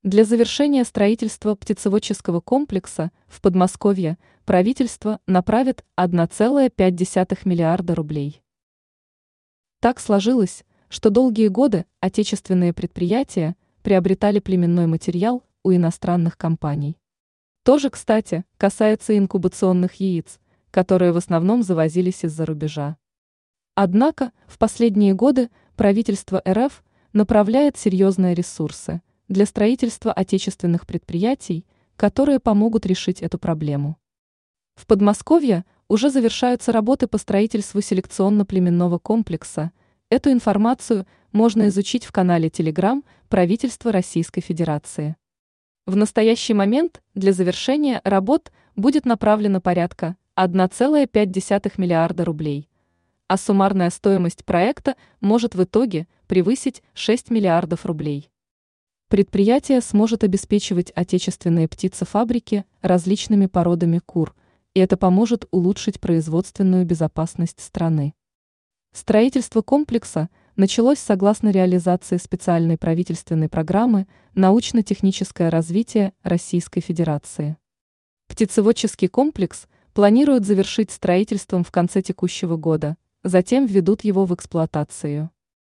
Для завершения строительства птицеводческого комплекса в Подмосковье правительство направит 1,5 миллиарда рублей. Так сложилось, что долгие годы отечественные предприятия приобретали племенной материал у иностранных компаний. Тоже, кстати, касается инкубационных яиц, которые в основном завозились из-за рубежа. Однако в последние годы правительство РФ направляет серьезные ресурсы для строительства отечественных предприятий, которые помогут решить эту проблему. В Подмосковье уже завершаются работы по строительству селекционно-племенного комплекса. Эту информацию можно изучить в канале Telegram правительства Российской Федерации. В настоящий момент для завершения работ будет направлено порядка 1,5 миллиарда рублей, а суммарная стоимость проекта может в итоге превысить 6 миллиардов рублей. Предприятие сможет обеспечивать отечественные птицефабрики различными породами кур, и это поможет улучшить производственную безопасность страны. Строительство комплекса началось согласно реализации специальной правительственной программы «Научно-техническое развитие Российской Федерации». Птицеводческий комплекс планируют завершить строительством в конце текущего года, затем введут его в эксплуатацию.